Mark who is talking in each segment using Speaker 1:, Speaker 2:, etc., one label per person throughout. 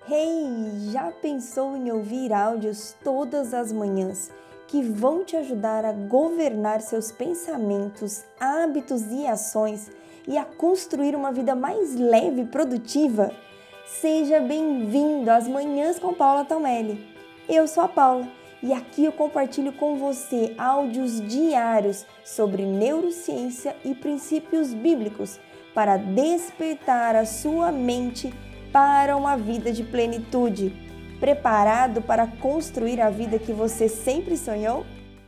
Speaker 1: Hey, já pensou em ouvir áudios todas as manhãs que vão te ajudar a governar seus pensamentos, hábitos e ações e a construir uma vida mais leve e produtiva? Seja bem-vindo às Manhãs com Paula Taumelli. Eu sou a Paula e aqui eu compartilho com você áudios diários sobre neurociência e princípios bíblicos para despertar a sua mente para uma vida de plenitude. Preparado para construir a vida que você sempre sonhou?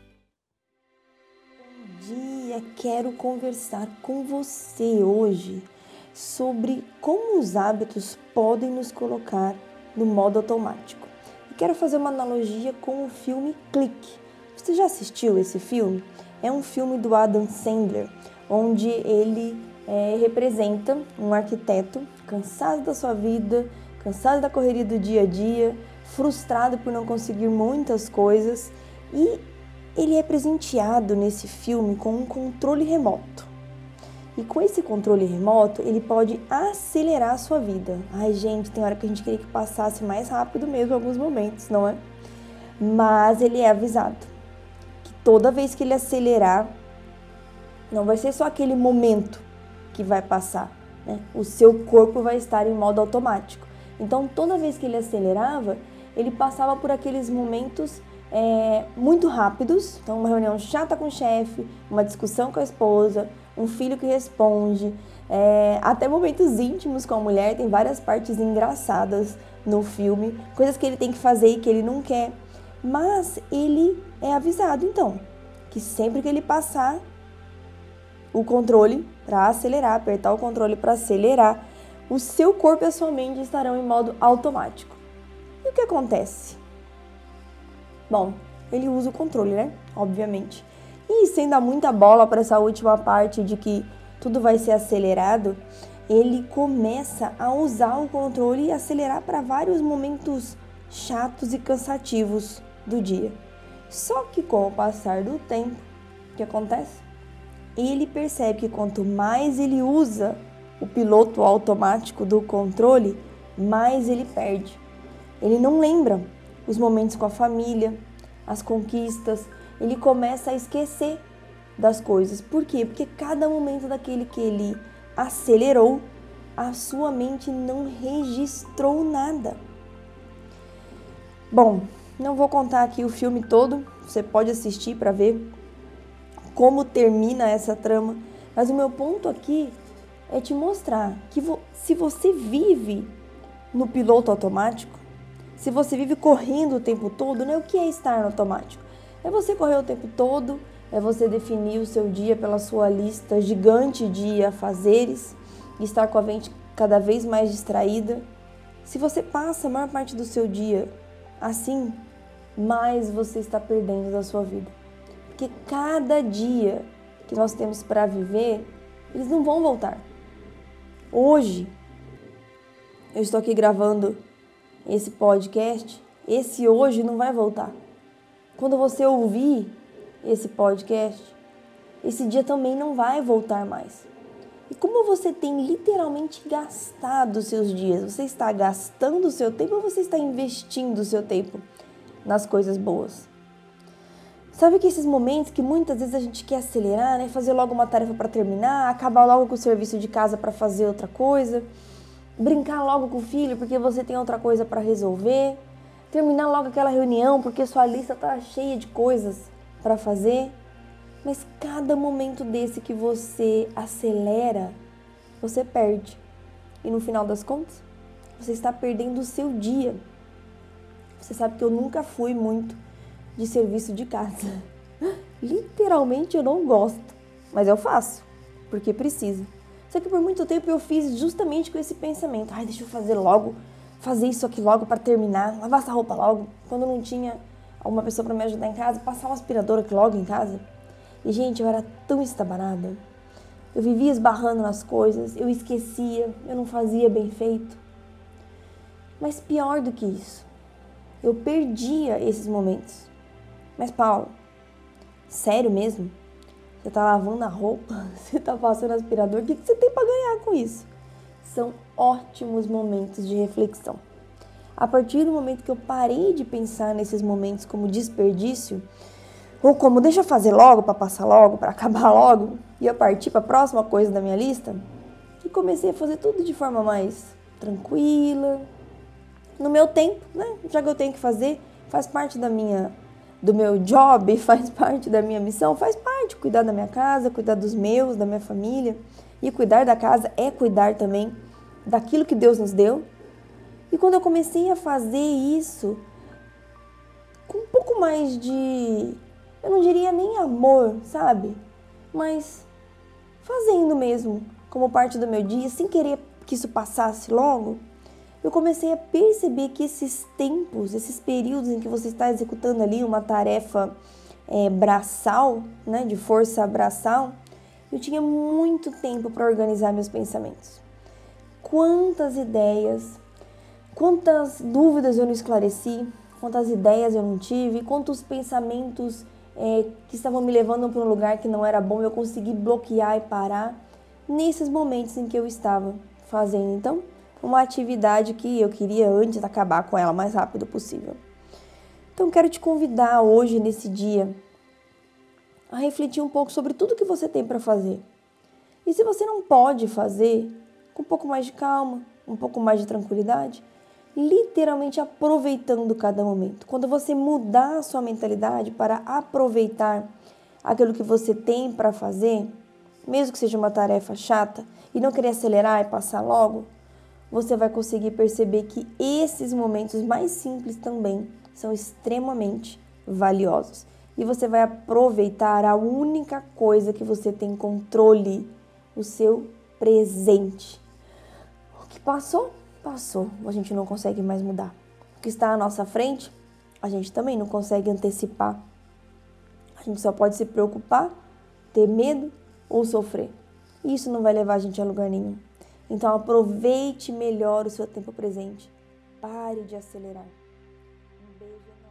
Speaker 1: Bom dia, quero conversar com você hoje sobre como os hábitos podem nos colocar no modo automático. E quero fazer uma analogia com o filme Clique. Você já assistiu esse filme? É um filme do Adam Sandler, onde ele representa um arquiteto cansado da sua vida, cansado da correria do dia a dia, frustrado por não conseguir muitas coisas, e ele é presenteado nesse filme com um controle remoto. E com esse controle remoto, ele pode acelerar a sua vida. Ai, gente, tem hora que a gente queria que passasse mais rápido mesmo em alguns momentos, não é? Mas ele é avisado que toda vez que ele acelerar, não vai ser só aquele momento que vai passar, né? O seu corpo vai estar em modo automático. Então, toda vez que ele acelerava, ele passava por aqueles momentos muito rápidos. Então, uma reunião chata com o chefe, uma discussão com a esposa, um filho que responde, até momentos íntimos com a mulher. Tem várias partes engraçadas no filme, coisas que ele tem que fazer e que ele não quer. Mas ele é avisado, então, que sempre que ele passar o controle para acelerar, apertar o controle para acelerar, o seu corpo e a sua mente estarão em modo automático. E o que acontece? Bom, ele usa o controle, né? Obviamente. E sem dar muita bola para essa última parte de que tudo vai ser acelerado, ele começa a usar o controle e acelerar para vários momentos chatos e cansativos do dia. Só que com o passar do tempo, o que acontece? Ele percebe que quanto mais ele usa o piloto automático do controle, mais ele perde. Ele não lembra os momentos com a família, as conquistas, ele começa a esquecer das coisas. Por quê? Porque cada momento daquele que ele acelerou, a sua mente não registrou nada. Bom, não vou contar aqui o filme todo, você pode assistir para ver como termina essa trama, mas o meu ponto aqui é te mostrar que se você vive no piloto automático, se você vive correndo o tempo todo, né? O que é estar no automático? É você correr o tempo todo, é você definir o seu dia pela sua lista gigante de afazeres, e estar com a mente cada vez mais distraída. Se você passa a maior parte do seu dia assim, mais você está perdendo da sua vida. Porque cada dia que nós temos para viver, eles não vão voltar. Hoje, eu estou aqui gravando esse podcast, esse hoje não vai voltar. Quando você ouvir esse podcast, esse dia também não vai voltar mais. E como você tem literalmente gastado os seus dias? Você está gastando o seu tempo ou você está investindo o seu tempo nas coisas boas? Sabe que esses momentos que muitas vezes a gente quer acelerar, né? Fazer logo uma tarefa para terminar, acabar logo com o serviço de casa para fazer outra coisa, brincar logo com o filho porque você tem outra coisa para resolver, terminar logo aquela reunião porque sua lista está cheia de coisas para fazer. Mas cada momento desse que você acelera, você perde. E no final das contas, você está perdendo o seu dia. Você sabe que eu nunca fui muito de serviço de casa. Literalmente eu não gosto, mas eu faço, porque precisa. Só que por muito tempo eu fiz justamente com esse pensamento. Ai, deixa eu fazer isso aqui logo para terminar, lavar essa roupa logo. Quando não tinha alguma pessoa para me ajudar em casa, passar uma aspiradora aqui logo em casa. E, gente, eu era tão estabanada. Eu vivia esbarrando nas coisas, eu esquecia, eu não fazia bem feito. Mas pior do que isso, eu perdia esses momentos. Mas, Paulo, sério mesmo? Você tá lavando a roupa? Você tá passando aspirador? O que você tem para ganhar com isso? São ótimos momentos de reflexão. A partir do momento que eu parei de pensar nesses momentos como desperdício, ou como deixa eu fazer logo para passar logo, para acabar logo, e eu partir para a próxima coisa da minha lista, e comecei a fazer tudo de forma mais tranquila, no meu tempo, né? Já que eu tenho que fazer, faz parte do meu job, faz parte da minha missão, faz parte cuidar da minha casa, cuidar dos meus, da minha família. E cuidar da casa é cuidar também daquilo que Deus nos deu. E quando eu comecei a fazer isso, com um pouco mais de, eu não diria nem amor, sabe? Mas fazendo mesmo, como parte do meu dia, sem querer que isso passasse logo, eu comecei a perceber que esses tempos, esses períodos em que você está executando ali uma tarefa braçal, né, de força braçal, eu tinha muito tempo para organizar meus pensamentos. Quantas ideias, quantas dúvidas eu não esclareci, quantas ideias eu não tive, quantos pensamentos que estavam me levando para um lugar que não era bom, eu consegui bloquear e parar nesses momentos em que eu estava fazendo. Então, uma atividade que eu queria antes acabar com ela o mais rápido possível. Então, quero te convidar hoje, nesse dia, a refletir um pouco sobre tudo que você tem para fazer. E se você não pode fazer, com um pouco mais de calma, um pouco mais de tranquilidade, literalmente aproveitando cada momento. Quando você mudar a sua mentalidade para aproveitar aquilo que você tem para fazer, mesmo que seja uma tarefa chata, e não querer acelerar e passar logo, você vai conseguir perceber que esses momentos mais simples também são extremamente valiosos. E você vai aproveitar a única coisa que você tem controle, o seu presente. O que passou, passou. A gente não consegue mais mudar. O que está à nossa frente, a gente também não consegue antecipar. A gente só pode se preocupar, ter medo ou sofrer. Isso não vai levar a gente a lugar nenhum. Então aproveite melhor o seu tempo presente. Pare de acelerar. Um beijo.